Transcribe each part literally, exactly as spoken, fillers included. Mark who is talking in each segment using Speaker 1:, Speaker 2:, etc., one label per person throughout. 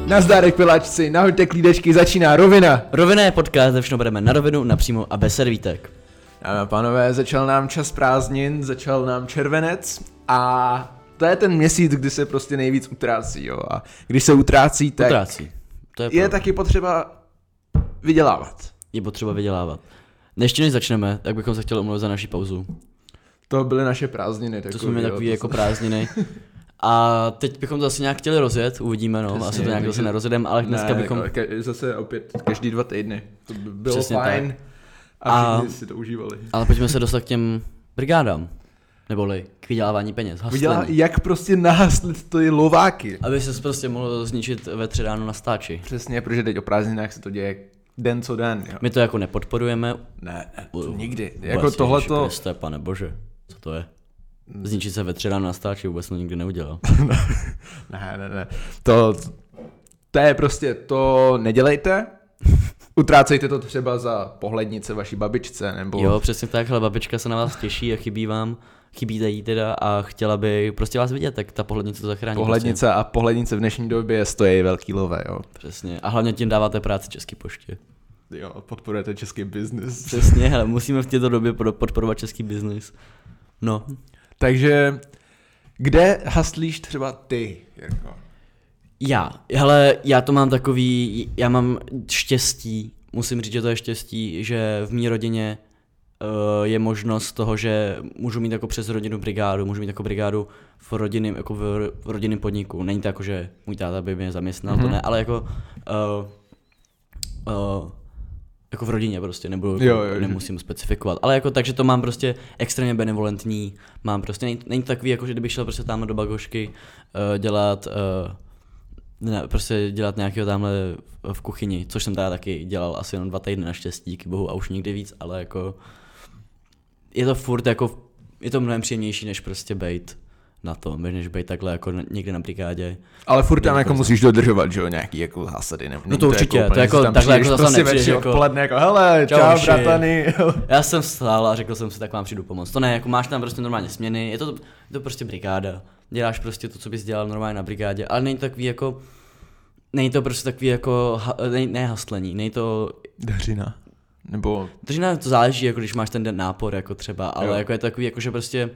Speaker 1: Nazdárek piláčci, nahoďte klídečky, začíná Rovina.
Speaker 2: Rovina je podcast, kde všechno bereme na rovinu, napřímo a bez servítek.
Speaker 1: Dámy a pánové, začal nám čas prázdnin, začal nám červenec a to je ten měsíc, kdy se prostě nejvíc utrácí, jo. A když se utrácí, tak
Speaker 2: utrácí. To je,
Speaker 1: je taky potřeba vydělávat.
Speaker 2: Je potřeba vydělávat. Ještě než začneme, tak bychom se chtěli omluvit za naši pauzu.
Speaker 1: To byly naše prázdniny.
Speaker 2: To jsme měli takový jo, jako jsem... prázdniny. A teď bychom to zase nějak chtěli rozjet, uvidíme, no, přesně, asi to nějak zase nerozjedem, ale dneska ne, bychom...
Speaker 1: Ke- zase opět každý dva týdny, to by bylo
Speaker 2: přesně
Speaker 1: fajn
Speaker 2: tak.
Speaker 1: a všichni si to užívali.
Speaker 2: Ale pojďme se dostat k těm brigádám, neboli k vydělávání peněz,
Speaker 1: Vydělá, jak prostě nahaslit ty lováky.
Speaker 2: Aby se prostě mohlo zničit ve tři ráno na stáči.
Speaker 1: Přesně, protože teď o prázdninách se to děje den co den. Jo.
Speaker 2: My to jako nepodporujeme.
Speaker 1: Ne, ne to nikdy.
Speaker 2: Vůbec,
Speaker 1: jako tohleto...
Speaker 2: Kriste, pane bože, co to je? Zničit se ve tři ráno na stáči, vůbec to nikdy neudělal.
Speaker 1: ne, ne, ne. To, to je prostě, to nedělejte. Utrácejte to třeba za pohlednice vaší babičce, nebo...
Speaker 2: Jo, přesně takhle, babička se na vás těší a chybí vám, chybíte jí teda a chtěla by prostě vás vidět, tak ta pohlednice to zachrání.
Speaker 1: Pohlednice prostě. A pohlednice v dnešní době stojí velký lové, jo.
Speaker 2: Přesně, a hlavně tím dáváte práci České poště.
Speaker 1: Jo, podporujete český biznis.
Speaker 2: Přesně, hele, musíme v této době podporovat český biznis. No.
Speaker 1: Takže, kde haslíš třeba ty, Jirko?
Speaker 2: Já, hele, já to mám takový, já mám štěstí, musím říct, že to je štěstí, že v mý rodině uh, je možnost toho, že můžu mít jako přes rodinu brigádu, můžu mít jako brigádu v rodinném, jako v, v rodinném podniku. Není to jako, že můj táta by mě zaměstnal, mm-hmm. to ne, ale jako uh, uh, jako v rodině prostě, nebudu, jako,
Speaker 1: jo, jo,
Speaker 2: nemusím že... specifikovat, ale jako takže to mám prostě extrémně benevolentní, mám prostě, není, není to takový jako, že kdybych šel prostě tamhle do Bagošky uh, dělat, uh, ne, prostě dělat nějakého tamhle v kuchyni, což jsem teda taky dělal asi jenom dva týdny naštěstí, díky bohu a už nikdy víc, ale jako je to furt jako, je to mnohem příjemnější než prostě bejt na to, než být takhle jako někde na brigádě.
Speaker 1: Ale furt tam jako musíš dodržovat, že jo, nějaký jako zásady.
Speaker 2: No to určitě, to, to jako takhle jako zase
Speaker 1: prostě
Speaker 2: nepřiješ jako...
Speaker 1: odpoledne jako hele, čau, čau bratany.
Speaker 2: Já jsem vstál a řekl jsem si, tak vám přijdu pomoct. To ne, jako máš tam prostě normálně směny, je to, je to prostě brigáda. Děláš prostě to, co bys dělal normálně na brigádě, ale není to takový jako, není to prostě takový jako, ne, ne haslení, není to...
Speaker 1: Dřina. Nebo...
Speaker 2: Dřina to záleží, jako když máš ten den nápor, jako třeba, ale jo. Jako je to takový, jako že prostě...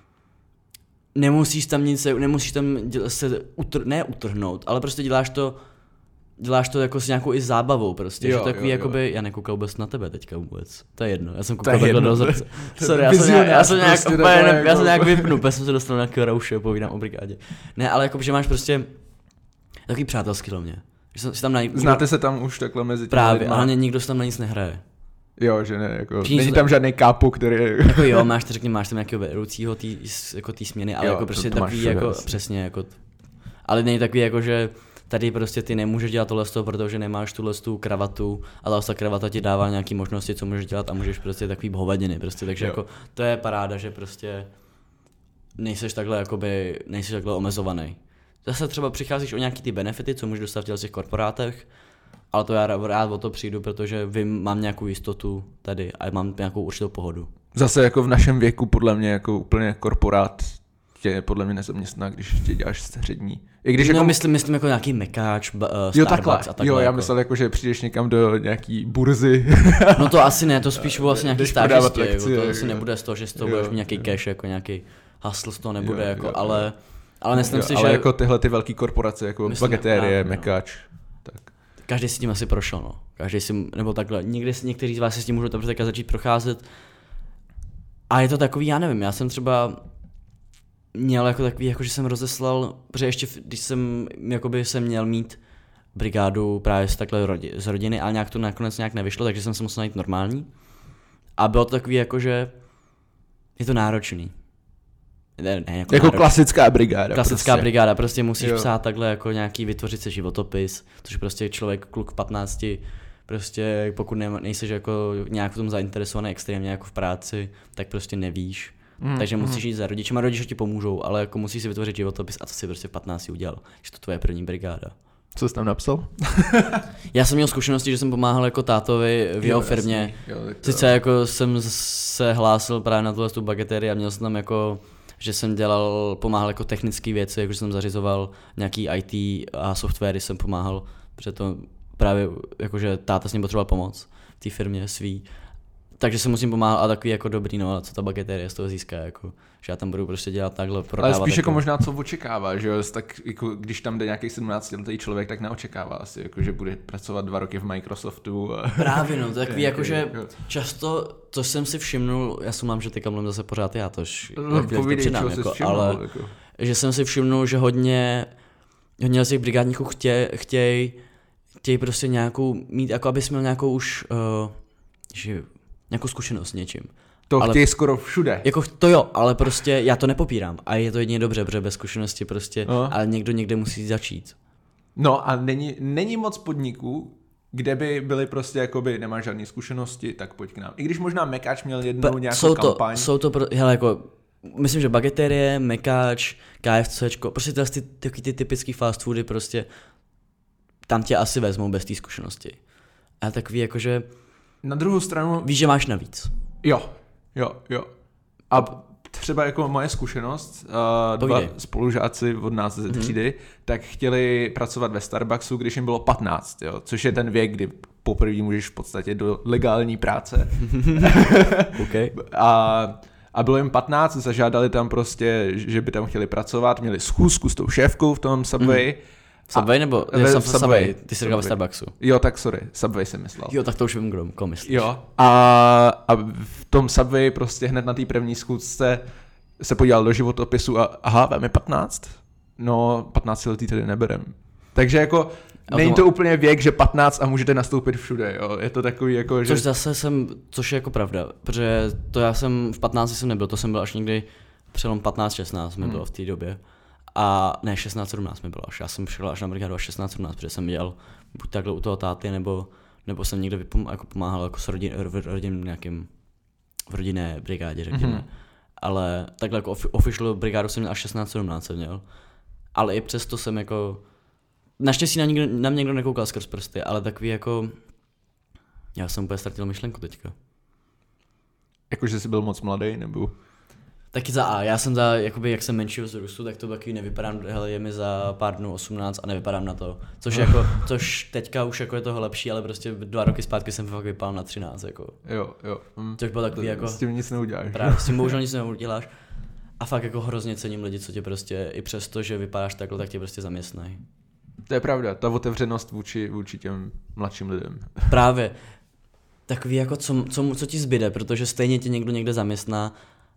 Speaker 2: Nemusíš tam nic, nemusíš tam se utr, ne utrhnout, ale prostě děláš to, děláš to jako s nějakou i zábavou prostě, jo, že takový jo, jakoby, jo. Já nekoukal vůbec na tebe teďka vůbec, to je jedno, já jsem koukal takhle do zrce, sorry, já jsem nějak, já jsem nějak, prostě úplně, ne, já jsem nějak vypnu, protože jsem se dostal na nějakého rauše, povídám o brigádě, ne, ale jako, že máš prostě takový přátelský do mě, že si tam na,
Speaker 1: znáte se tam už takhle mezi těmi
Speaker 2: právě, lidma. Ale nikdo se tam na nic nehraje.
Speaker 1: Jo, že ne, jako, není tam žádný kápo, který...
Speaker 2: Jako jo, máš to, řekni, máš tam nějakého vedoucího tý, jako tý směny, ale jo, jako prostě to, to takový jako, vlastně. Přesně jako, ale není takový jako, že tady prostě ty nemůžeš dělat tohle z toho, protože nemáš tuhle tu kravatu, ale ta kravata ti dává nějaký možnosti, co můžeš dělat a můžeš prostě takový hovadiny, prostě, takže jo. Jako to je paráda, že prostě nejseš takhle jakoby, nejseš takhle omezovaný. Zase třeba přicházíš o nějaký ty benefity, co můžeš dostat v těch korporátech, ale to já rád o to přijdu, protože vím, mám nějakou jistotu tady a mám nějakou určitou pohodu. Zase jako v našem věku podle mě jako úplně korporát tě podle mě nezaměstná, když tě děláš střední. I když no jako... myslím, myslím jako nějaký mekáč, uh, Starbucks a takhle. Jo, já jako. Myslel jako, že přijdeš někam do nějaký burzy. No to asi ne, to spíš vlastně nějaký stážisti, jako, to asi nebude z toho, že z toho budeš mít nějaký cash, jako nějaký hustle z toho nebude, jo, jako, jo, ale, ale myslím jo, si, ale že... Ale jako tyhle ty velký korporace, jako Bagetérie, mekáč, tak... Každý si tím asi prošel, no. Každý si, nebo takhle, někdy, někteří z vás si s tím můžou teprve začít procházet. A je to takový, já nevím, já jsem třeba měl jako takový, jako že jsem rozeslal, protože ještě když jsem, jakoby jsem měl mít brigádu právě z takhle rodi, z rodiny, ale nějak to nakonec nějak nevyšlo, takže jsem se musel najít normální. A bylo to takový jako, že je to náročný. Ne, ne, jako
Speaker 1: jako klasická brigáda.
Speaker 2: Klasická prostě. brigáda, prostě musíš jo. psát takhle jako nějaký, vytvořit si životopis, což prostě člověk, kluk v patnácti, prostě pokud ne, nejseš jako nějak v tom zainteresovaný extrémně jako v práci, tak prostě nevíš. Mm, Takže mm. musíš jít za rodičem a rodiče ti pomůžou, ale jako musíš si vytvořit životopis a co si prostě v patnácti udělal, že to tvoje první brigáda.
Speaker 1: Co jsi tam napsal?
Speaker 2: Já jsem měl zkušenosti, že jsem pomáhal jako tátovi v jeho jo, firmě. Jo, Sice jako jsem se hlásil právě na tuhle tu bagetérii a měl jsem tam jako že jsem dělal, pomáhal jako technické věci, jakože jsem zařizoval nějaký í té a softwary jsem pomáhal, protože to právě jakože táta s ním potřeboval pomoc v té firmě svý. Takže se musím pomáhat a takový jako dobrý, no a co ta bagetérie z toho získá, jako, že já tam budu prostě dělat takhle, prodávat.
Speaker 1: Ale spíš
Speaker 2: jako,
Speaker 1: jako možná co očekává, že jo, tak jako, když tam jde nějaký sedmnáctiletý člověk, tak neočekává asi, jako, že bude pracovat dva roky v Microsoftu. A...
Speaker 2: Právě no, to takový jako, že často, co jsem si všimnul, já jsem mám, že teďka mluvím zase pořád já, tož
Speaker 1: no,
Speaker 2: to přidám, jako,
Speaker 1: všimnul,
Speaker 2: ale
Speaker 1: jako.
Speaker 2: Že jsem si všimnul, že hodně, hodně z těch brigádníků chtě, chtějí chtěj prostě nějakou, mít, jako abys měl nějakou už, uh, že nějakou zkušenost s něčím.
Speaker 1: To
Speaker 2: ale,
Speaker 1: chtějí skoro všude.
Speaker 2: Jako to jo, ale prostě já to nepopírám a je to jedině dobře, protože bez zkušenosti prostě, no. Ale někdo někde musí začít.
Speaker 1: No a není, není moc podniků, kde by byly prostě jakoby nemáš žádné zkušenosti, tak pojď k nám. I když možná Mekáč měl jednou pa, nějakou
Speaker 2: jsou
Speaker 1: kampaň.
Speaker 2: To, jsou to, pro, hele jako, myslím, že bagetérie, Mekáč, KFCčko, prostě tyhle ty, ty, ty typický fast foody prostě, tam tě asi vezmou bez té zkušenosti. A takový jakože...
Speaker 1: Na druhou stranu...
Speaker 2: Víš, že máš navíc.
Speaker 1: Jo, jo, jo. A třeba jako moje zkušenost, uh, dva spolužáci od nás ze třídy, mm-hmm. tak chtěli pracovat ve Starbucksu, když jim bylo patnáct, jo, což je ten věk, kdy poprvé můžeš v podstatě do legální práce.
Speaker 2: Okay.
Speaker 1: A, a bylo jim patnáct, zažádali tam prostě, že by tam chtěli pracovat, měli schůzku s tou šéfkou v tom Subway. Mm-hmm.
Speaker 2: Subway nebo?
Speaker 1: Ve,
Speaker 2: jsem
Speaker 1: Subway.
Speaker 2: Subway. Ty jsi říkal ve Starbucksu.
Speaker 1: Jo, tak sorry, Subway jsem myslel.
Speaker 2: Jo, tak to už vím, kdo, koho myslíš.
Speaker 1: Jo. A, a v tom Subway prostě hned na té první schůzce se podíval do životopisu a aha, vám je patnáct? No, patnáctiletý tedy neberem. Takže jako není to úplně věk, že patnáct a můžete nastoupit všude, jo. Je to takový jako, že...
Speaker 2: Což zase jsem, což je jako pravda, protože to já jsem v patnácti jsem nebyl, to jsem byl až někdy přelom patnáct šestnáct mi bylo hmm. v té době. A ne, šestnáct sedmnáct mi bylo až, já jsem přišel až na brigádu až šestnáct sedmnáct, protože jsem dělal buď takhle u toho táty, nebo, nebo jsem někde vypom- jako pomáhal jako s rodin, v, rodin nějakým, v rodinné brigádě, řekněme. Mm-hmm. Ale takhle jako official brigádu jsem měl až šestnáct sedmnáct jsem měl. Ale i přesto jsem jako, naštěstí na, nikdo, na mě někdo nekoukal skrz prsty, ale takový jako, já jsem úplně ztratil myšlenku teďka.
Speaker 1: Jakože jsi byl moc mladý, nebo...
Speaker 2: Taky za A, já jsem za, jakoby, jak jsem menšího vzrůstu, tak to takový nevypadám, hele, je mi za pár dnů osmnáct a nevypadám na to, což jako, což teďka už jako je toho lepší, ale prostě dva roky zpátky jsem fakt vypadal na třináct, jako.
Speaker 1: Jo, jo. Hm.
Speaker 2: Což bylo takový
Speaker 1: to,
Speaker 2: jako...
Speaker 1: S tím nic neuděláš.
Speaker 2: Právě, s tím bohužel nic neuděláš a fakt jako hrozně cením lidi, co tě prostě, i přesto, že vypadáš takhle, tak tě prostě zaměstnají.
Speaker 1: To je pravda, ta otevřenost vůči, vůči těm mladším lidem. Právě,
Speaker 2: takový jako, co, co, co ti zbyde, protože stejně tě někdo někde zaměstná.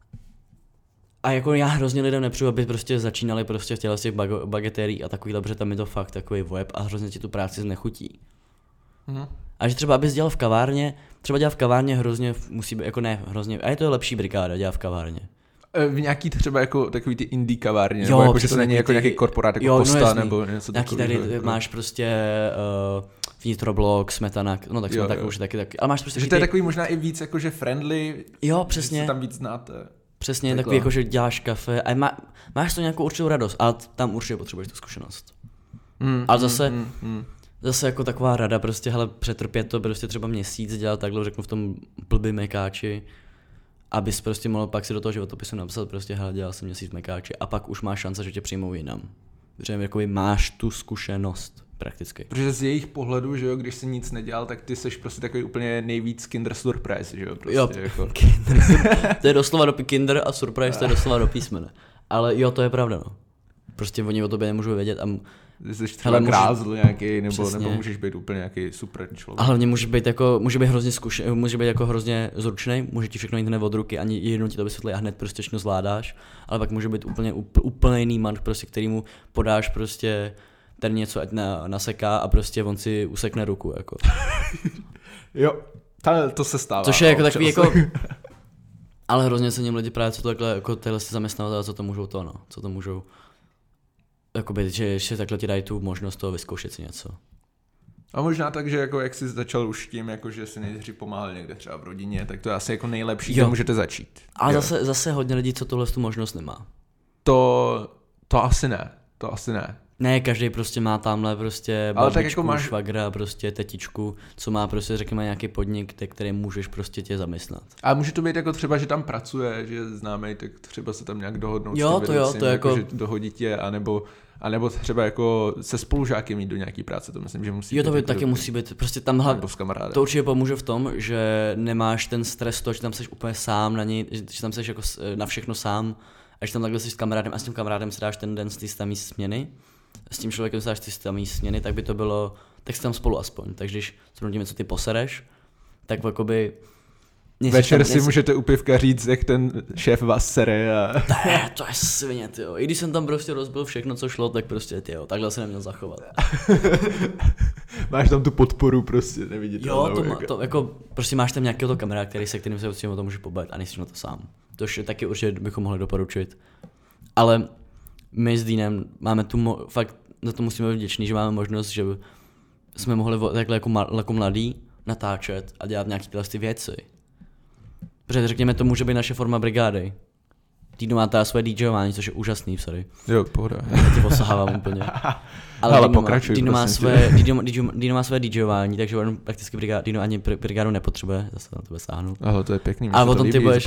Speaker 2: A jako já hrozně lidem nepřiju, aby prostě začínali prostě v těle z těch bag- bagetérií a takovýhle, protože tam je to fakt takový web a hrozně ti tu práci znechutí. Mm. A že třeba abys dělal v kavárně, třeba dělat v kavárně hrozně musí být, jako ne hrozně, a je to lepší brigáda dělat v kavárně.
Speaker 1: V nějaký třeba jako takový ty indie kavárně,
Speaker 2: jo,
Speaker 1: nebo jako, že to není jako ty... nějaký korporát jako jo, Costa, no nebo něco
Speaker 2: takového. Nějaký tady jako... máš prostě uh, Vnitroblok, Smetana, no tak Smetana už taky taky, ale máš prostě...
Speaker 1: Že to je takový možná i víc jakože friendly,
Speaker 2: jo, přesně.
Speaker 1: Že se tam víc znáte.
Speaker 2: Přesně, takhle. Takový jako, že děláš kafe a má, máš to nějakou určitou radost, ale tam určitě potřebuješ tu zkušenost. Mm, ale zase, mm, mm. zase jako taková rada, prostě hele, přetrpět to prostě třeba měsíc, dělat takhle, řeknu v tom blbý Mekáči, abys prostě mohl pak si do toho životopisu napsat prostě hele, dělal jsem měsíc v Mekáči a pak už máš šance, že tě přijmou jinam. Protože jakoby máš tu zkušenost prakticky.
Speaker 1: Protože z jejich pohledu, že jo, když jsi nic nedělal, tak ty seš prostě takový úplně nejvíc Kinder Surprise, že jo, prostě
Speaker 2: jo,
Speaker 1: jako.
Speaker 2: Kinder, to je doslova do Kinder a Surprise to je doslova do písmene. Ale jo, to je pravda, no. Prostě oni o tobě nemůžou vědět a...
Speaker 1: Ty jsi třeba hele, krázl můžeš... nějaký, nebo, nebo můžeš být úplně nějaký super člověk.
Speaker 2: A hlavně může být jako, může být hrozně zkušený, může být jako hrozně zručný, může ti všechno jít hned od ruky, ani jednou ti to vysvětlí a hned prostě všechno zvládáš, ale pak může být úplně úplně jiný man, prostě, kterýmu podáš prostě ten něco, ať na, naseká a prostě on si usekne ruku, jako.
Speaker 1: Jo, to se stává.
Speaker 2: Což je jako takový jako... Ale hrozně se něm lidi právě, co to takhle, jako tyhle si zaměstnavatele, co to můžou to, no, co to můžou... Jakoby, že ještě takhle ti dají tu možnost toho vyzkoušet si něco.
Speaker 1: A možná tak, že jako jak jsi začal už tím, jako že si nejdřív pomáhal někde třeba v rodině, tak to je asi jako nejlepší, kde můžete začít.
Speaker 2: Ale zase, zase hodně lidí, co tohle tu možnost nemá.
Speaker 1: To, to asi ne, to asi ne.
Speaker 2: Ne, každý prostě má tamhle prostě
Speaker 1: ale
Speaker 2: babičku,
Speaker 1: tak jako máš...
Speaker 2: švagra, prostě tetičku, co má prostě, řekněme, nějaký podnik, který můžeš prostě tě zaměstnat.
Speaker 1: A může to být jako třeba, že tam pracuje, že známej, tak třeba se tam nějak dohodnout
Speaker 2: jo,
Speaker 1: s tím
Speaker 2: to jo, to
Speaker 1: jako,
Speaker 2: jako...
Speaker 1: že dohodí tě, anebo, anebo třeba jako se spolužáky mít do nějaký práce, to myslím, že musí
Speaker 2: jo, to by
Speaker 1: být
Speaker 2: taky
Speaker 1: jako
Speaker 2: musí být, prostě tam hlavně, to určitě pomůže v tom, že nemáš ten stres to, že tam jsi úplně sám na něj, že tam jsi jako na všechno sám, a že tam takhle jsi s kamarádem a s tím kamarádem si dáš ten den z té samé směny, s tím člověkem si dáš ty samé směny, tak by to bylo, tak jsi tam spolu aspoň, takže když zrovna tím, co ty posereš, tak jakoby...
Speaker 1: Večer tam, si nejsi... můžete u pivka říct, jak ten šéf vás sere a...
Speaker 2: Ne, to je svině, tyjo. I když jsem tam prostě rozbil všechno, co šlo, tak prostě, tyjo, takhle se neměl zachovat.
Speaker 1: Máš tam tu podporu prostě neviditelnou.
Speaker 2: Jo, to,
Speaker 1: jako.
Speaker 2: to jako, prostě máš tam nějakého to kamaráda, který se kterým se o tom může pobavit a nejsi na to sám. To je taky určitě bychom mohli doporučit. Ale my s Dínem máme tu, mo- fakt za to musíme být vděční, že máme možnost, že jsme mohli takhle jako, ma- jako mladý natáčet a dělat nějaké tyhle ty věci. Protože řekněme, to může být naše forma brigády. Dino má ta své DJování, což je úžasný, sorry.
Speaker 1: Jo, pohoda.
Speaker 2: Já tě posahávám úplně. Ale, Ale Dino, pokračuj, má, Dino, má své, Dino, Dino, Dino má své DJování, takže on prakticky brigádu, Dino ani brigádu nepotřebuje, zase na tebe sáhnu.
Speaker 1: Ale to je pěkný.
Speaker 2: A o tom ty budeš,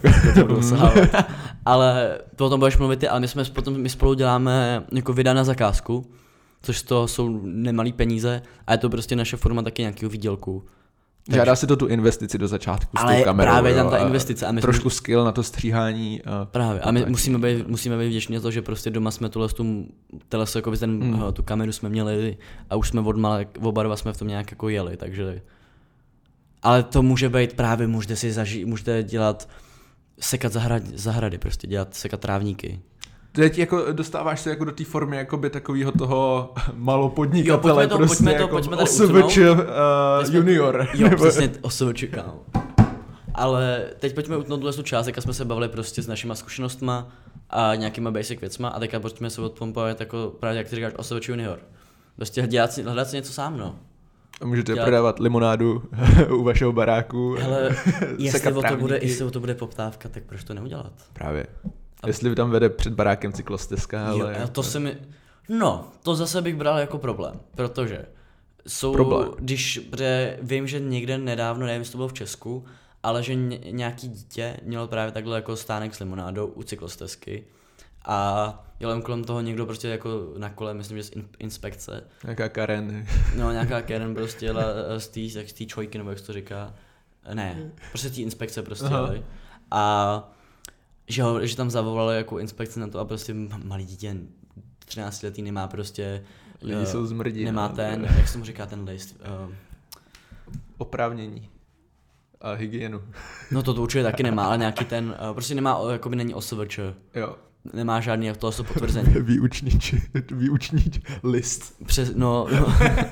Speaker 2: ale o tom budeš mluvit ty, ale my jsme potom, my spolu děláme jako videa na zakázku, což to jsou nemalý peníze a je to prostě naše forma taky nějakého výdělku.
Speaker 1: Takže, žádá si to tu investici do začátku s
Speaker 2: ale
Speaker 1: tou kamerou.
Speaker 2: Ale právě tam ta investice. A my
Speaker 1: trošku
Speaker 2: jsme...
Speaker 1: skill na to stříhání. A
Speaker 2: právě. A my musíme být, musíme být vděční za to, že prostě doma jsme tuhle tu, jako ten, hmm. tu kameru jsme měli a už jsme odmala, oba dva jsme v tom nějak jako jeli, takže... Ale to může být právě, můžete si zažít, můžete dělat, sekat zahrady, zahrady, prostě dělat, sekat trávníky.
Speaker 1: Teď jako dostáváš se jako do té formy jakoby takového toho malopodnikatele,
Speaker 2: jo, to,
Speaker 1: prostě
Speaker 2: pojďme
Speaker 1: jako
Speaker 2: to, pojďme
Speaker 1: O S V Č uh, junior.
Speaker 2: Jo, přesně O S V Č, kámo. Ale teď pojďme utnout tuhle část, jak jsme se bavili prostě s našima zkušenostma a nějakýma basic věcma a teďka pojďme se odpompovat jako právě jak ty říkáš O S V Č junior. Prostě dělat, hledat si něco sám, no.
Speaker 1: A můžete dělat... prodávat limonádu u vašeho baráku.
Speaker 2: Hele, jestli o, to bude, jestli o to bude poptávka, tak proč to neudělat?
Speaker 1: Právě. A jestli tam vede před barákem cyklostezka, ale...
Speaker 2: Jo, to se mi... No, to zase bych bral jako problém, protože jsou,
Speaker 1: problém.
Speaker 2: Když, protože vím, že někde nedávno, nevím, jestli to bylo v Česku, ale že ně, nějaký dítě mělo právě takhle jako stánek s limonádou u cyklostezky a jel kolem toho někdo prostě jako na kole, myslím, že z in, inspekce.
Speaker 1: Nějaká Karen.
Speaker 2: No, nějaká Karen prostě jela z té z té čojky, nebo jak se to říká. Ne, prostě té inspekce prostě jeli. A že, ho, že tam zavolali jako inspekci na to a prostě malý dítě třináctiletý nemá prostě
Speaker 1: lidi uh, jsou zmrdí,
Speaker 2: nemá ten, ne? Jak se mu říká ten list uh,
Speaker 1: oprávnění a hygienu.
Speaker 2: No to, to určitě taky nemá, ale nějaký ten uh, prostě nemá, jakoby není O S V Č.
Speaker 1: Jo.
Speaker 2: Nemá žádný to jsou potvrzení.
Speaker 1: Výučníč, výučníč list.
Speaker 2: Přes, no, no.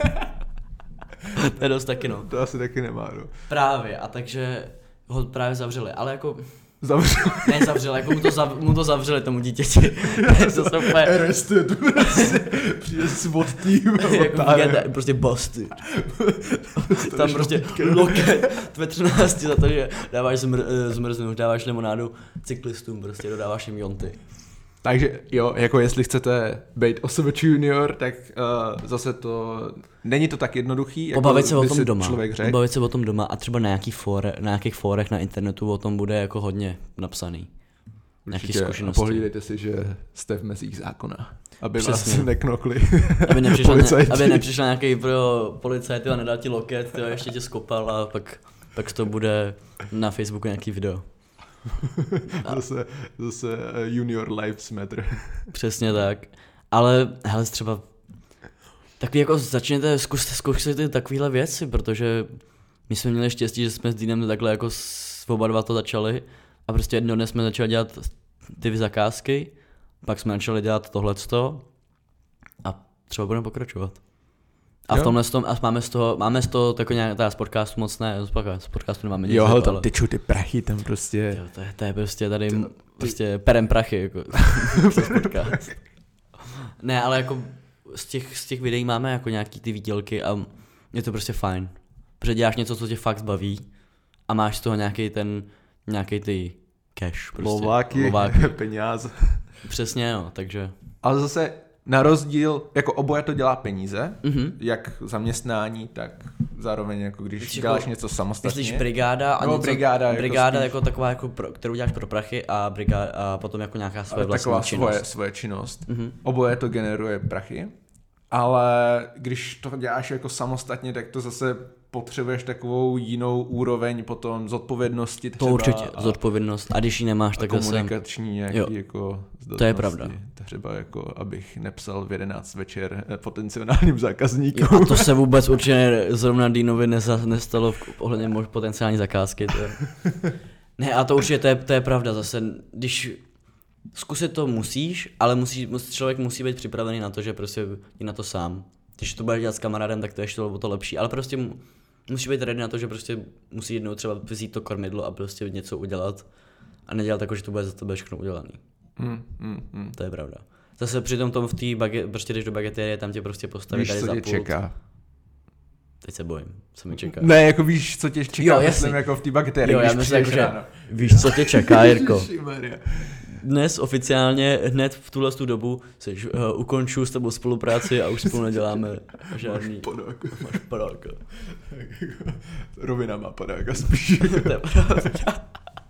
Speaker 2: To je dost taky, no.
Speaker 1: To asi taky nemá, no.
Speaker 2: Právě, a takže ho právě zavřeli, ale jako...
Speaker 1: Zavřeli?
Speaker 2: Ne, zavřeli, jako mu to, zav, mu to zavřeli tomu dítěti. To jsou úplně...
Speaker 1: Arrested, prostě přijde SWAT tým.
Speaker 2: Jako prostě busted. Tam prostě loket ve třinácti za to, že dáváš zmr, zmrznout, dáváš limonádu cyklistům, prostě dodáváš jim jonty.
Speaker 1: Takže jo, jako jestli chcete být O S V Č junior, tak uh, zase to, není to tak jednoduchý, jako
Speaker 2: pobavit se o tom
Speaker 1: si
Speaker 2: doma,
Speaker 1: člověk řekl.
Speaker 2: Pobavit se o tom doma a třeba na, nějaký fóre, na nějakých fórech na internetu o tom bude jako hodně napsaný. Nějaký zkušenosti.
Speaker 1: A pohlídejte si, že jste v mezích zákona, aby přesně vás neknokli
Speaker 2: aby nepřišla, ne, aby nepřišla nějaký pro policajt a nedal ti loket, tyjo, ještě tě skopal a pak, pak to bude na Facebooku nějaký video.
Speaker 1: zase, zase Junior Lives Matter.
Speaker 2: Přesně tak. Ale hele, třeba takový jako začněte, zkuste, zkuste takovýhle věci, protože my jsme měli štěstí, že jsme s Dýnem takhle jako s, oba dva to začali a prostě jednoho dne jsme začali dělat ty zakázky, pak jsme začali dělat tohleto a třeba budeme pokračovat. A v tomhle tom, a máme z toho, máme z toho takový nějak, teda z podcastu moc ne, z podcastu nemáme nic.
Speaker 1: Jo, hele, tam tyču ty prachy, tam prostě.
Speaker 2: Jo, to je, to je prostě tady, to, ty... prostě perem prachy, jako, přes podcast. Ne, ale jako z těch, z těch videí máme jako nějaký ty výdělky a je to prostě fajn. Protože děláš něco, co tě fakt baví a máš z toho nějaký ten, nějaký ty cash prostě.
Speaker 1: Lováky,
Speaker 2: Lováky.
Speaker 1: peněz.
Speaker 2: Přesně, no, takže.
Speaker 1: Ale zase na rozdíl, jako oboje to dělá peníze,
Speaker 2: mm-hmm.
Speaker 1: jak zaměstnání, tak zároveň jako když
Speaker 2: Myslíš
Speaker 1: děláš
Speaker 2: jako,
Speaker 1: něco samostatně.
Speaker 2: Myslíš brigáda a
Speaker 1: no,
Speaker 2: něco,
Speaker 1: brigáda,
Speaker 2: brigáda
Speaker 1: jako,
Speaker 2: jako taková, jako pro, kterou děláš pro prachy a, brigáda, a potom jako nějaká svoje vlastní
Speaker 1: taková
Speaker 2: činnost.
Speaker 1: Svoje, svoje činnost.
Speaker 2: Mm-hmm.
Speaker 1: Oboje to generuje prachy, ale když to děláš jako samostatně, tak to zase potřebuješ takovou jinou úroveň potom zodpovědnosti třeba.
Speaker 2: To určitě, zodpovědnost. A když ji nemáš, tak zase...
Speaker 1: komunikační nějaký
Speaker 2: jo.
Speaker 1: jako
Speaker 2: to je pravda.
Speaker 1: Třeba jako, abych nepsal v jedenáct večer potenciálním zákazníkům.
Speaker 2: Jo, a to se vůbec určitě zrovna Deanovi nestalo v ohledně potenciální zakázky. To je... Ne, a to určitě, to je, to je pravda zase, když zkusit to musíš, ale musí, člověk musí být připravený na to, že prostě je na to sám. Když to budeš dělat s kamarádem, tak to je ještě to, to lepší, ale prostě musí být ready na to, že prostě musí jednou třeba vzít to kormidlo a prostě něco udělat a nedělat jako, že to bude za tebe všechno udělaný.
Speaker 1: Mm, mm, mm.
Speaker 2: To je pravda. Zase přitom tom v té baget, prostě když do bagetérie, tam tě prostě postaví
Speaker 1: víš,
Speaker 2: tady
Speaker 1: co
Speaker 2: za
Speaker 1: tě
Speaker 2: pult.
Speaker 1: Čeká?
Speaker 2: Teď se bojím, co mi čeká.
Speaker 1: Ne, jako víš, co tě čeká,
Speaker 2: jo,
Speaker 1: myslím jako v té bagetérii,
Speaker 2: jo,
Speaker 1: když
Speaker 2: já myslím, jako, že víš, co tě čeká, Jirko. Dnes oficiálně hned v tuhle tu dobu seš, uh, ukončuju s tebou spolupráci a už spolu neděláme žádný...
Speaker 1: Máš padáka.
Speaker 2: Máš padáka.
Speaker 1: Rovina má padáka spíš.
Speaker 2: To je pravda.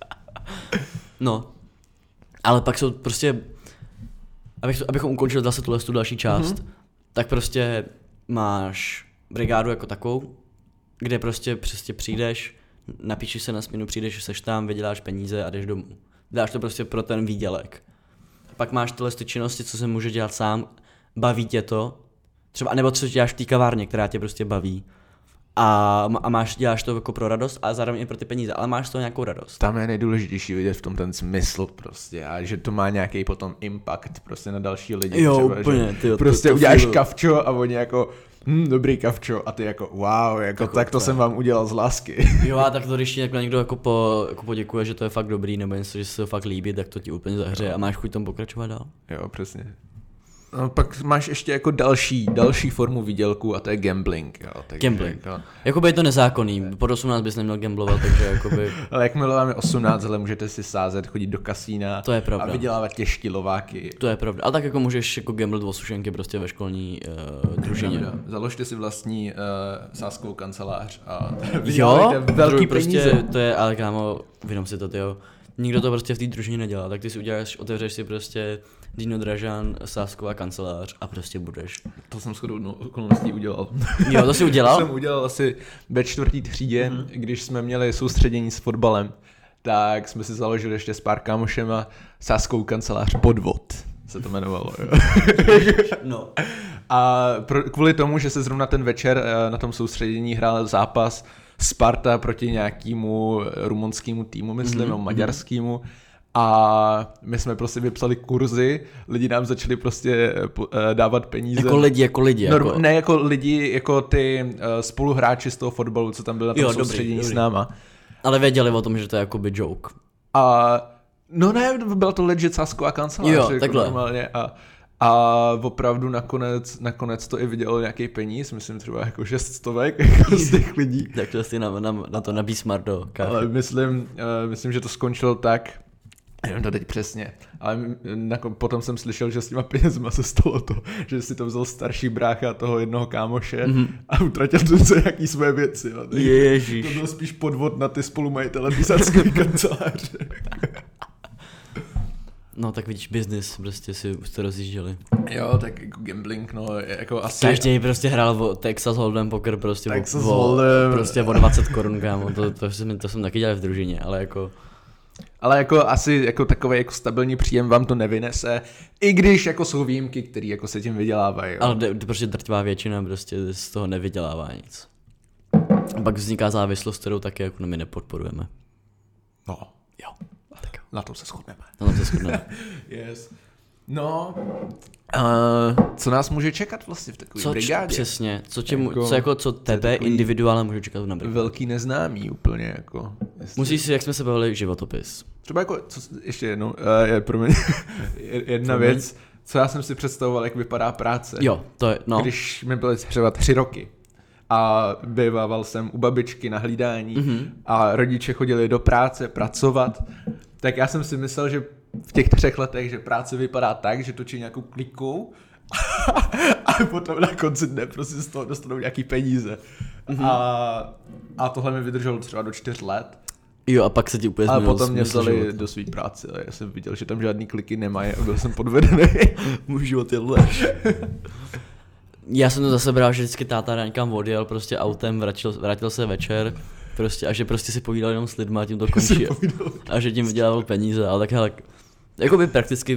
Speaker 2: No, ale pak jsou prostě, abych, abychom ukončili zase tuhle tu další část, mm-hmm. tak prostě máš brigádu jako takovou, kde prostě přesně přijdeš, napíšeš se na směnu, přijdeš, seš tam, vyděláš peníze a jdeš domů. Dáš to prostě pro ten výdělek. Pak máš tyhle ty činnosti, co se může dělat sám, baví tě to, třeba, nebo co děláš v té kavárně, která tě prostě baví. A, a máš, děláš to jako pro radost a zároveň i pro ty peníze, ale máš to nějakou radost.
Speaker 1: Tam je nejdůležitější vidět v tom ten smysl prostě a že to má nějaký potom impact prostě na další lidi.
Speaker 2: Jo,
Speaker 1: třeba,
Speaker 2: úplně, tyjo,
Speaker 1: prostě
Speaker 2: to, to
Speaker 1: uděláš
Speaker 2: feel.
Speaker 1: kavčo a oni jako hm, dobrý kavčo a ty jako wow, jako tak, tak to jsem vám udělal z lásky.
Speaker 2: Jo a tak to když ti někdo jako, po, jako poděkuje, že to je fakt dobrý nebo něco, že se to fakt líbí, tak to ti úplně zahřeje a máš chuť tam pokračovat dál.
Speaker 1: Jo, přesně. No, pak máš ještě jako další, další formu výdělku a to je gambling. Jo, takže,
Speaker 2: gambling.
Speaker 1: Jo.
Speaker 2: Jakoby je to nezákonný, pod osmnáct bys neměl gamblovat, takže jakoby...
Speaker 1: Ale jakmile máme osmnáct, hele, můžete si sázet, chodit do kasína
Speaker 2: to je pravda.
Speaker 1: A vydělávat těžký lováky.
Speaker 2: To je pravda, ale tak jako můžeš jako gamblit o sušenky prostě ve školní uh, družině.
Speaker 1: Pravda. Založte si vlastní uh, sázkovou kancelář a
Speaker 2: jo,
Speaker 1: velký
Speaker 2: prostě
Speaker 1: peníze.
Speaker 2: To je, ale kámo, vědom si to, tyjo. Nikdo to prostě v té družině nedělá, tak ty si uděláš, otevřeš si prostě Dino Dražan, sázková kancelář a prostě budeš.
Speaker 1: To jsem shodou okolností udělal.
Speaker 2: Jo, to jsi udělal?
Speaker 1: To jsem udělal asi ve čtvrtý třídě, mm-hmm. když jsme měli soustředění s fotbalem, tak jsme si založili ještě s pár kámošema sázkovou kancelář Podvod, se to jmenovalo. Jo.
Speaker 2: No.
Speaker 1: A pro, kvůli tomu, že se zrovna ten večer na tom soustředění hrál zápas Sparta proti nějakému rumunskému týmu, myslím, mm-hmm. nebo maďarskému. A my jsme prostě vypsali kurzy, lidi nám začali prostě dávat peníze.
Speaker 2: Jako lidi, jako lidi.
Speaker 1: Norm,
Speaker 2: jako...
Speaker 1: Ne jako lidi, jako ty spoluhráči z toho fotbalu, co tam byli na tom
Speaker 2: jo,
Speaker 1: soustředění
Speaker 2: dobrý,
Speaker 1: s náma.
Speaker 2: Ale věděli o tom, že to je jakoby joke.
Speaker 1: A no ne, byla to legit sázková kancelář.
Speaker 2: Jo,
Speaker 1: jako
Speaker 2: takhle.
Speaker 1: Normálně. A, a opravdu nakonec, nakonec to i vydělalo nějaký peníz, myslím třeba jako šest stovek jako z těch lidí.
Speaker 2: Tak to asi na, na, na to nabí smart do káchy.
Speaker 1: Ale myslím, uh, myslím, že to skončilo tak, nevím to teď přesně, ale nakon, potom jsem slyšel, že s těma penězma se stalo to, že si to vzal starší brácha toho jednoho kámoše mm-hmm. a utratil to za nějaký své věci. Jo.
Speaker 2: Ježiš.
Speaker 1: To byl spíš podvod na ty spolumajitele písačské kanceláře.
Speaker 2: No tak vidíš, business, prostě si už to rozjížděli.
Speaker 1: Jo, tak jako gambling, no, jako asi...
Speaker 2: Každý prostě hrál o Texas Hold'em poker prostě
Speaker 1: Texas
Speaker 2: o,
Speaker 1: Hold'em.
Speaker 2: prostě o dvacet korun, kámo, to, to, jsem, to jsem taky dělal v družině, ale jako...
Speaker 1: Ale jako asi jako takový jako stabilní příjem vám to nevynese, i když jako jsou výjimky, které jako se tím vydělávají. Jo.
Speaker 2: Ale de, prostě drtivá většina prostě z toho nevydělává nic. A pak vzniká závislost, kterou taky jako my nepodporujeme.
Speaker 1: No,
Speaker 2: jo.
Speaker 1: Tak na tom se shodneme.
Speaker 2: Na tom se shodneme.
Speaker 1: Yes. No, uh, co nás může čekat vlastně v takové brigádě?
Speaker 2: Přesně, co, tě, jako, co, jako, co tebe individuálně může čekat na brigádě?
Speaker 1: Velký neznámý úplně, jako. Jestli...
Speaker 2: Musíš si, jak jsme se bavili, životopis.
Speaker 1: Třeba jako, co, ještě jednou, uh, je, pro mě jedna promiň. věc, co já jsem si představoval, jak vypadá práce.
Speaker 2: Jo, to je, no.
Speaker 1: Když mi byly třeba tři roky a bývával jsem u babičky na hlídání mm-hmm. a rodiče chodili do práce pracovat, tak já jsem si myslel, že v těch třech letech, že práce vypadá tak, že točí nějakou klikou A potom na konci dne prostě z toho dostanou nějaký peníze. Mm-hmm. A, a tohle mi vydrželo třeba do čtyř let.
Speaker 2: Jo, a pak se ti úplně
Speaker 1: změnil. A potom mě vzali do svý práce a já jsem viděl, že tam žádný kliky nemají a byl jsem podvedený.
Speaker 2: Můj život je lež. Já jsem to zase bral, že vždycky táta někam odjel prostě autem, vrátil, vrátil se večer prostě a že prostě si povídal jenom s lidma a tím to končí. A že tím vydělával peníze, ale tak hele, jakoby prakticky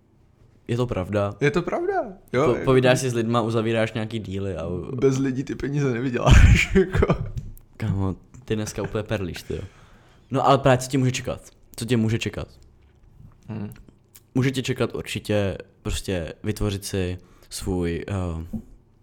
Speaker 2: je to pravda.
Speaker 1: Je to pravda, jo.
Speaker 2: Po, povídáš si s lidma, uzavíráš nějaký díly a...
Speaker 1: Bez lidí ty peníze nevyděláš, jako.
Speaker 2: Kámo, ty dneska úplně perlíš, ty jo. No ale právě co tě může čekat? Co tě může čekat? Hmm. Může tě čekat určitě prostě vytvořit si svůj uh,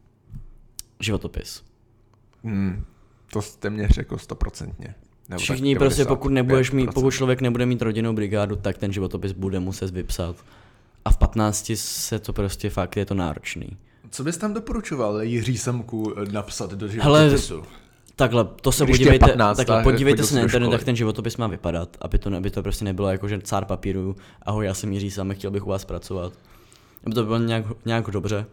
Speaker 2: životopis.
Speaker 1: Hmm. To jste mě řekl stoprocentně.
Speaker 2: Všichni prostě pokud nebudeš mít, pokud člověk nebude mít rodinnou brigádu, tak ten životopis bude muset vypsat. A v patnácti se to prostě fakt je to náročný.
Speaker 1: Co bys tam doporučoval Jiří Samku napsat do životopisu?
Speaker 2: Hele, takhle, to se Když podívejte, patnáct, takhle, podívejte se na internet, jak ten životopis má vypadat, aby to, aby to prostě nebylo jako, že cár papíru, ahoj, já jsem Jiří Samek, chtěl bych u vás pracovat. Aby to bylo nějak, nějak dobře.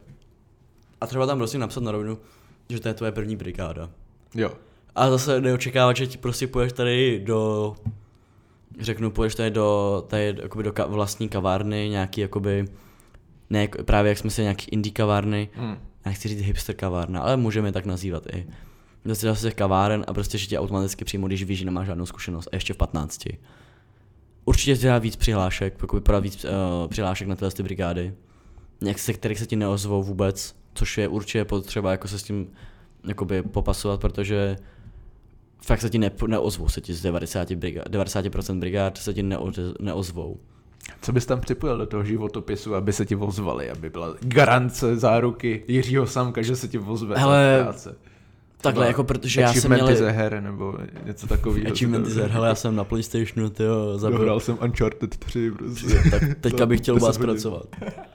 Speaker 2: A třeba tam prostě napsat na rovinu, že to je tvoje první brigáda.
Speaker 1: Jo.
Speaker 2: A zase neočekávat, že ti prostě půjdeš tady do, řeknu, půjdeš tady do, tady jakoby do ka- vlastní kavárny, nějaký jakoby, ne právě jak jsme se nějaký indie kavárny, hmm. já nechci říct hipster kavárna, ale můžeme tak nazývat i. Prostě dal se těch kaváren a prostě, že tě automaticky přijmou, když víš, že nemáš žádnou zkušenost a ještě v patnácti. Určitě ti dá víc přihlášek, pokud vypadá víc uh, přihlášek na tyhle ty brigády, nějak se, kterých se ti neozvou vůbec, což je určitě potřeba jako se s tím jakoby popasovat, protože fakt se ti ne, neozvou, se ti z devadesát procent brigád, devadesát procent brigád se ti neo, neozvou.
Speaker 1: Co bys tam připojil do toho životopisu, aby se ti ozvali, aby byla garance, záruky Jiřího Samka, že se ti ozve
Speaker 2: hele,
Speaker 1: do práce?
Speaker 2: Takhle, jako protože já jsem měl...
Speaker 1: ze her, nebo něco takového.
Speaker 2: Achievementy ze her, hele, já jsem na PlayStationu, tyjo, zabil...
Speaker 1: Dohrál jsem Uncharted tři, prostě.
Speaker 2: Tak teďka bych chtěl u vás pracovat.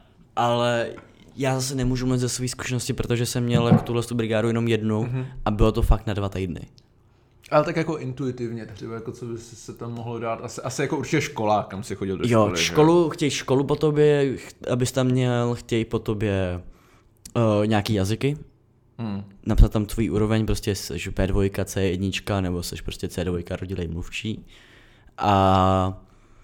Speaker 2: Ale já zase nemůžu mluvit ze své zkušenosti, protože jsem měl jako tuhle brigádu jenom jednou mm-hmm. a bylo to fakt na dva týdny.
Speaker 1: Ale tak jako intuitivně třeba, jako co by se tam mohlo dát, asi, asi jako určitě škola, kam si chodil do školy.
Speaker 2: Jo, školu, že? Chtějí školu po tobě, abys tam měl, chtějí po tobě uh, nějaký jazyky. Hmm. Napsat tam tvůj úroveň, prostě jsi P dva, C jedna, nebo jsi prostě C dva rodilej mluvčí. A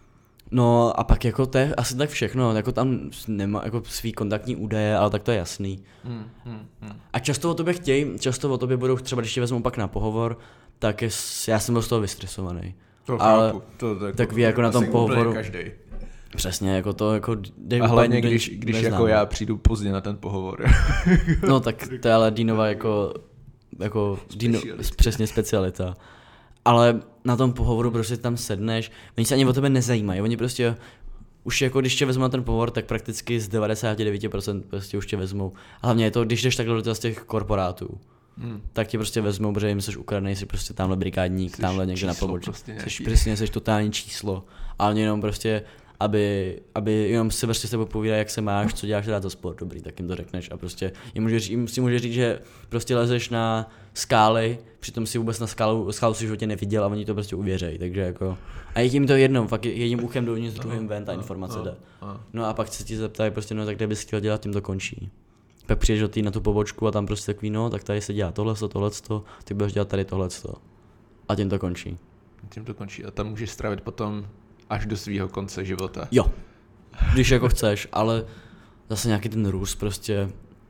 Speaker 2: no a pak jako to je asi tak všechno, jako tam nemá jako svý kontaktní údaje, ale tak to je jasný. Hmm, hmm, hmm. A často o tobě chtějí, často o tobě budou třeba, když tě vezmou pak na pohovor, tak je, já jsem byl z toho vystresovaný.
Speaker 1: To
Speaker 2: ale
Speaker 1: chápu, to, to,
Speaker 2: tak ví jako na tom pohovoru.
Speaker 1: Každej.
Speaker 2: Přesně, jako to jako...
Speaker 1: A hlavně, když, když jako já přijdu pozdě na ten pohovor.
Speaker 2: No tak to je ale Dínova jako, jako Dino, přesně specialita. Ale na tom pohovoru prostě tam sedneš, oni se ani o tebe nezajímají, oni prostě už jako když tě vezmou na ten pohovor, tak prakticky z devadesát devět procent prostě už tě vezmou. A hlavně je to, když jdeš takhle do těch korporátů, hmm. tak tě prostě vezmou, protože jim jsi ukradený, jsi prostě tamhle brigádník, tamhle někde na pobočce. Prostě jsi přesně, jsi totální číslo, ale jenom prostě aby, aby jenom si prostě s tebou povídají, jak se máš, co děláš rád za sport, dobrý, tak jim to řekneš a prostě jim, může, jim si může říct, že prostě lezeš na skály, přitom si vůbec na skálu, skálu si v životě neviděl a oni to prostě uvěřejí, takže jako a je jim to jedno, fakt jedním uchem dovnitř, druhým ven, ta informace jde. No a pak se ti zeptají prostě, no tak kde bys chtěl dělat, tím to končí. Pak přijdeš do tý na tu pobočku a tam prostě takový, no tak tady se dělá tohleto, tohleto, ty budeš dělat tady tohleto a tím to končí.
Speaker 1: Tím to končí a tam můžeš strávit potom až do svého konce života.
Speaker 2: Jo, když jako chceš, ale zase nějaký ten růst prostě,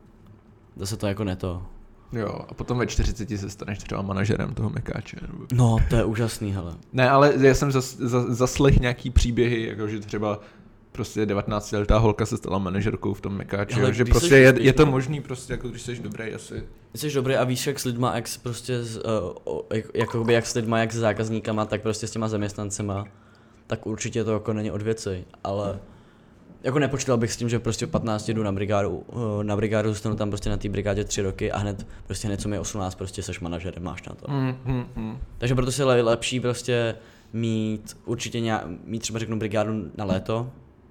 Speaker 2: zase to jako neto.
Speaker 1: Jo, a potom ve čtyřiceti se staneš třeba manažerem toho mekáče. Nebo...
Speaker 2: No, to je úžasný, hele.
Speaker 1: Ne, ale já jsem zas, zas, zaslech nějaký příběhy, jakože třeba prostě devatenáctiletá holka se stala manažerkou v tom mekáči, hele, že prostě je, je to možný prostě, jako když jsi dobrý asi.
Speaker 2: Jsi dobrý a víš, jak s lidma, jak prostě, uh, jak, jakoby jak s lidma, jak s zákazníkama, tak prostě s těma zaměstnancema. Tak určitě to jako není od věci, ale jako nepočítal bych s tím, že prostě v patnácti jdu na brigádu, na brigádu zůstanu tam prostě na té brigádě tři roky a hned prostě hned co mi je osmnáct, prostě seš manažerem, máš na to. Mm, mm, mm. Takže proto se lepší prostě mít určitě nějak, mít třeba řeknu brigádu na léto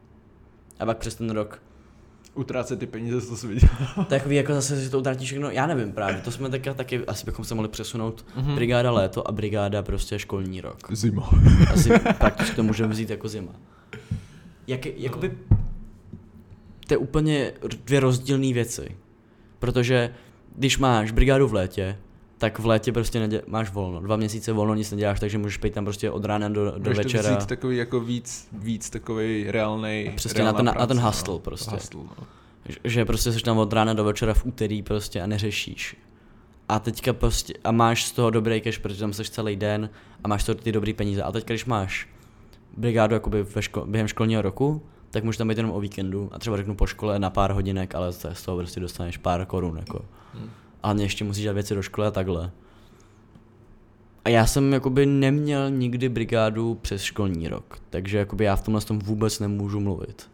Speaker 2: a pak přes ten rok
Speaker 1: utrácet ty peníze, co jsi viděl.
Speaker 2: Tak ví, jako zase si to utratí všechno, já nevím právě, to jsme taky, taky asi bychom se mohli přesunout, mm-hmm. brigáda léto a brigáda prostě školní rok.
Speaker 1: Zima.
Speaker 2: Asi prakticky to můžeme vzít jako zima. Jak, jakoby, to je úplně dvě rozdílné věci. Protože když máš brigádu v létě, tak v létě prostě nedě- máš volno. Dva měsíce volno, nic neděláš, takže můžeš pít tam prostě od rána do, do
Speaker 1: můžeš
Speaker 2: večera.
Speaker 1: Můžeš to vzít takový jako víc, víc takový reálnej,
Speaker 2: přesně na ten,
Speaker 1: práce,
Speaker 2: na ten hustle
Speaker 1: no.
Speaker 2: prostě.
Speaker 1: Hustle, no.
Speaker 2: Že, že prostě jsi tam od rána do večera v úterý prostě a neřešíš. A teďka prostě, a máš z toho dobrý cash, protože tam jsi celý den a máš z toho ty dobrý peníze. A teďka když máš brigádu jakoby ve ško- během školního roku, tak můžeš tam být jenom o víkendu a třeba řeknu po škole na pár hodinek, ale z toho prostě dostaneš pár korun jako. Hmm. A hlavně ještě musíš dělat věci do školy a takhle. A já jsem jakoby neměl nikdy brigádu přes školní rok, takže jakoby já v tomhle tom vůbec nemůžu mluvit.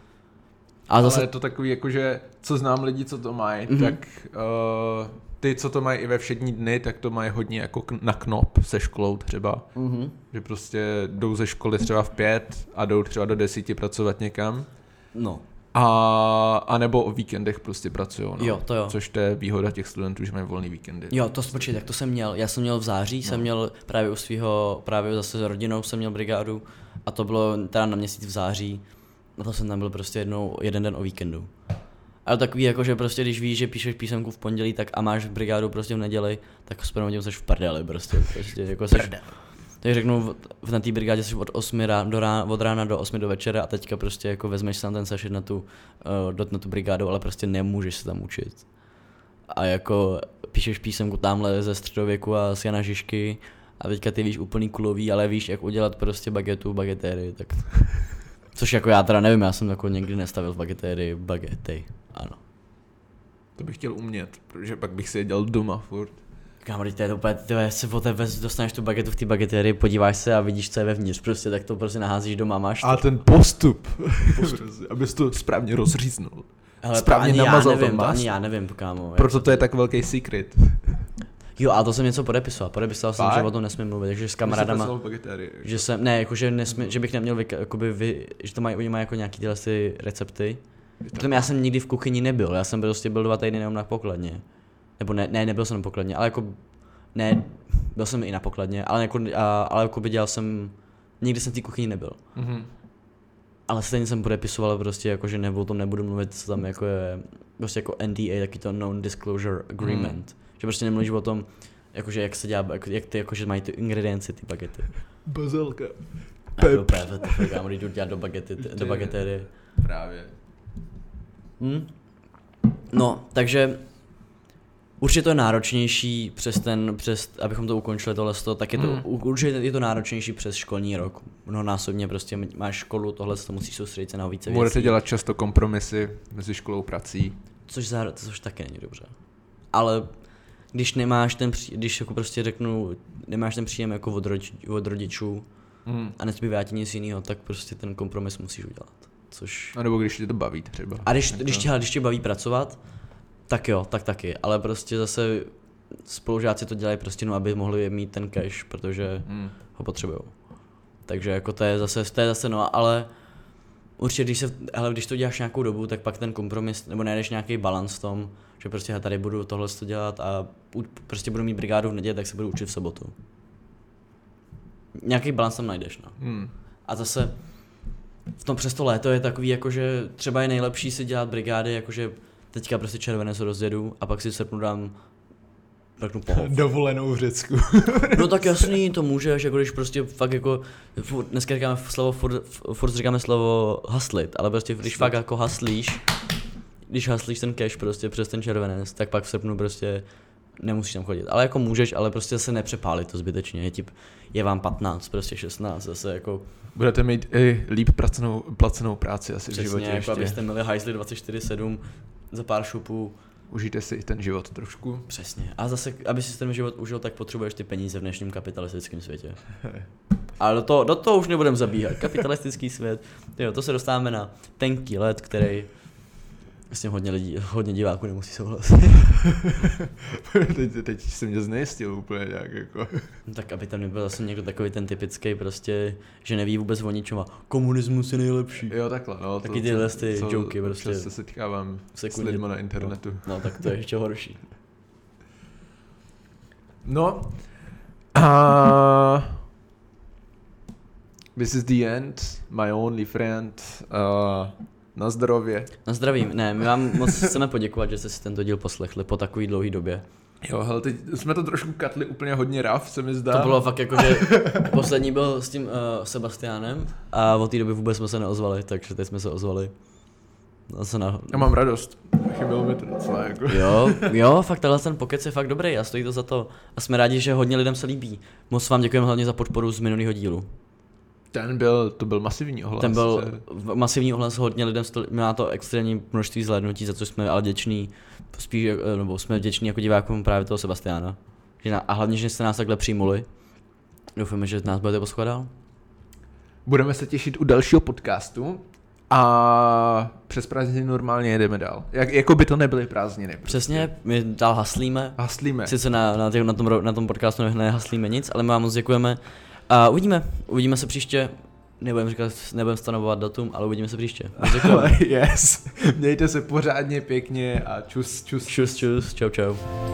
Speaker 1: A zase... Ale je to takový jakože, co znám lidi, co to mají, mm-hmm. tak uh, ty, co to mají i ve všední dny, tak to mají hodně jako k- na knop se školou třeba. Mm-hmm. Že prostě jdou ze školy třeba v pět a jdou třeba do desíti pracovat někam.
Speaker 2: No.
Speaker 1: A, a nebo o víkendech prostě pracují, no.
Speaker 2: Jo, to jo.
Speaker 1: Což to je výhoda těch studentů, že mají volný víkendy.
Speaker 2: Jo, to spočít, tak to jsem měl. Já jsem měl v září, no. jsem měl právě u svého, právě zase s rodinou jsem měl brigádu a to bylo teda na měsíc v září. A to jsem tam byl prostě jednou, jeden den o víkendu. Ale takový jako, že prostě když víš, že píšeš písemku v pondělí, tak a máš brigádu prostě v neděli, tak s prvním seš v prdeli prostě, prostě jako seš, tak řeknu, v, na té brigádě jsi od osmi rá, do rána, od rána do osmi do večera a teďka prostě jako vezmeš tam ten sešit na tu, uh, na tu brigádu, ale prostě nemůžeš se tam učit. A jako píšeš písemku tamhle ze středověku a z Jana Žižky a teďka ty víš úplný kulový, ale víš, jak udělat prostě bagetu, bagetéry, tak... Což jako já teda nevím, já jsem jako někdy nestavil v bagetéry, bagety, ano.
Speaker 1: To bych chtěl umět, protože pak bych si je dělal doma furt.
Speaker 2: Kámo, to je úplně, ty se po tebe dostaneš tu bagetu v té bagetéry, podíváš se a vidíš, co je vevnitř, prostě tak to prostě naházíš doma, máš to.
Speaker 1: A ten postup, postup. abys to správně rozříznul.
Speaker 2: Hele,
Speaker 1: správně
Speaker 2: to ani
Speaker 1: namazal
Speaker 2: já nevím,
Speaker 1: to
Speaker 2: to ani já nevím, kámo.
Speaker 1: Proto to je tak velký secret.
Speaker 2: Jo, a to jsem něco podepisoval, podepisoval jsem, že o tom nesmím mluvit, takže s kamarádama, že jsem, ne, jakože nesmí, že bych neměl, vy, jakoby vy, že to mají, oni mají jako nějaký tyhle ty recepty. Protože já jsem nikdy v kuchyni nebyl, já jsem prostě byl dva týdny jenom na pokladně. Nebo ne, ne, nebyl jsem na pokladně, ale jako, ne, byl jsem i na pokladně, ale jako, a, ale jako by dělal jsem, nikdy jsem v té kuchyni nebyl. Mm-hmm. Ale stejně jsem podepisoval prostě jako, že nebo o tom nebudu mluvit, co tam jako je, prostě jako N D A, taky to Non-Disclosure Agreement. Mm. Že prostě nemluvíš o tom, jakože jak se dělá, jak, jak ty, jakože mají ty ingredienci, ty bagety.
Speaker 1: Bazilka.
Speaker 2: Pep. Pep. Kámo, když jdu dělat do bagety, do bagetéry.
Speaker 1: Právě.
Speaker 2: Hm? No, takže určitě to je náročnější přes ten, přes, abychom to ukončili tohle, tak je to, mm. určitě je to náročnější přes školní rok. Mnohonásobně prostě máš školu, tohle to musíš soustředit se na více věcí.
Speaker 1: Budete dělat často kompromisy mezi školou a prací.
Speaker 2: Což, záro, což taky není dobře. Ale když nemáš ten, když jako prostě řeknu, nemáš ten příjem jako od, rodič, od rodičů mm. a nezbývá ti nic jiného, tak prostě ten kompromis musíš udělat. Což...
Speaker 1: A nebo když tě to baví třeba.
Speaker 2: A když, když, tě, když tě baví pracovat, tak jo, tak taky, ale prostě zase spolužáci to dělají prostě, no, aby mohli mít ten cash, protože mm. ho potřebují. Takže jako to je zase, to je zase no, ale určitě když se, ale když to děláš nějakou dobu, tak pak ten kompromis, nebo najdeš nějaký balans v tom, že prostě já tady budu tohle dělat a prostě budu mít brigádu v neděli, tak se budu učit v sobotu. Nějaký balans tam najdeš, no. Mm. A zase v tom přes to léto je takový, jakože třeba je nejlepší si dělat brigády, jakože teďka prostě červenec rozjedu a pak si v srpnu dám řeknu pohov.
Speaker 1: Dovolenou v Řecku.
Speaker 2: No tak jasný, to můžeš, jako když prostě fakt jako, furt, dneska říkáme slovo, furt, furt říkáme slovo hustlit, ale prostě když fakt jako hustlíš, když hustlíš ten cash prostě přes ten červenec, tak pak v srpnu prostě nemusíš tam chodit. Ale jako můžeš, ale prostě se nepřepálit to zbytečně, je, tip, je vám patnáct, prostě šestnáct, zase jako...
Speaker 1: Budete mít i líp placenou, placenou práci asi v životě
Speaker 2: jako
Speaker 1: ještě.
Speaker 2: Abyste měli hajzli dvacet čtyři sedm za pár šupů.
Speaker 1: Užijte si ten život trošku.
Speaker 2: Přesně. A zase, aby si ten život užil, tak potřebuješ ty peníze v dnešním kapitalistickém světě. Ale do toho, do toho už nebudeme zabíhat. Kapitalistický svět, jo, to se dostáváme na tenký let, který s tím hodně lidí, hodně diváků nemusí souhlasit.
Speaker 1: teď, teď jsem mě znejistil úplně nějak jako.
Speaker 2: No tak aby tam nebyl zase někdo takový ten typický prostě, že neví vůbec o ničem a komunismus je nejlepší.
Speaker 1: Jo takhle, no.
Speaker 2: Taky tyhle ty joky prostě.
Speaker 1: Se setkávám s lidmi na internetu.
Speaker 2: No, no tak to je ještě horší.
Speaker 1: No. Uh, this is the end, my only friend. Uh, Na zdrově.
Speaker 2: Na zdraví. Ne, my vám moc chceme poděkovat, že jste si tento díl poslechli po takový dlouhý době.
Speaker 1: Jo, hele, teď jsme to trošku katli úplně hodně raf, se mi zdá.
Speaker 2: To bylo fakt jako, že poslední byl s tím uh, Sebastiánem a od té doby vůbec jsme se neozvali, takže teď jsme se ozvali. Zase na...
Speaker 1: Já mám radost, chybělo mi to docela jako.
Speaker 2: Jo, jo, fakt tenhle ten pokec je fakt dobrý a stojí to za to. A jsme rádi, že hodně lidem se líbí. Moc vám děkujeme hlavně za podporu z minulého dílu.
Speaker 1: Ten byl, to byl masivní ohlas.
Speaker 2: Ten byl masivní ohlas, hodně lidem, má to extrémní množství zhlédnutí, za co jsme ale vděční, spíš, nebo jsme vděční jako divákům právě toho Sebastiána. A hlavně, že jste nás takhle přijmuli. Doufáme, že nás budete poslouchat dál.
Speaker 1: Budeme se těšit u dalšího podcastu a přes prázdniny normálně jedeme dál. Jak, jako by to nebyly prázdniny. Prostě.
Speaker 2: Přesně, my dál haslíme.
Speaker 1: Haslíme.
Speaker 2: Sice na, na, těch, na, tom, na tom podcastu nehaslíme nic, ale my vám moc děkujeme. A uvidíme, uvidíme se příště. Nebudem říkat, nebudem stanovovat datum, ale uvidíme se příště.
Speaker 1: Yes. Mějte se pořádně pěkně a čus, čus.
Speaker 2: Čus, čus, čau, čau.